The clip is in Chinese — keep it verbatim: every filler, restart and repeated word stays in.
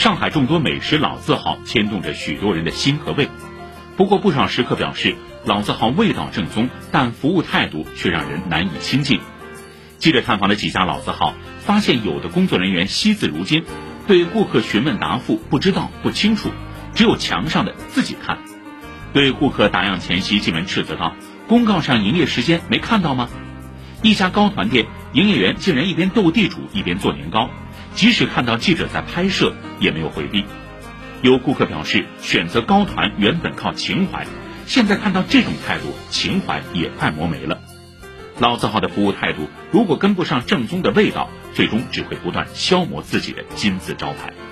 上海众多美食老字号牵动着许多人的心和胃。不过不少食客表示，老字号味道正宗，但服务态度却让人难以亲近。记者探访了几家老字号，发现有的工作人员惜字如金，对顾客询问答复不知道不清楚，只有墙上的自己看。对顾客打烊前夕进门斥责道：“公告上营业时间没看到吗？”一家糕团店营业员竟然一边斗地主一边做年糕，即使看到记者在拍摄也没有回避。有顾客表示，选择糕团原本靠情怀，现在看到这种态度，情怀也快磨没了。老字号的服务态度如果跟不上正宗的味道，最终只会不断消磨自己的金字招牌。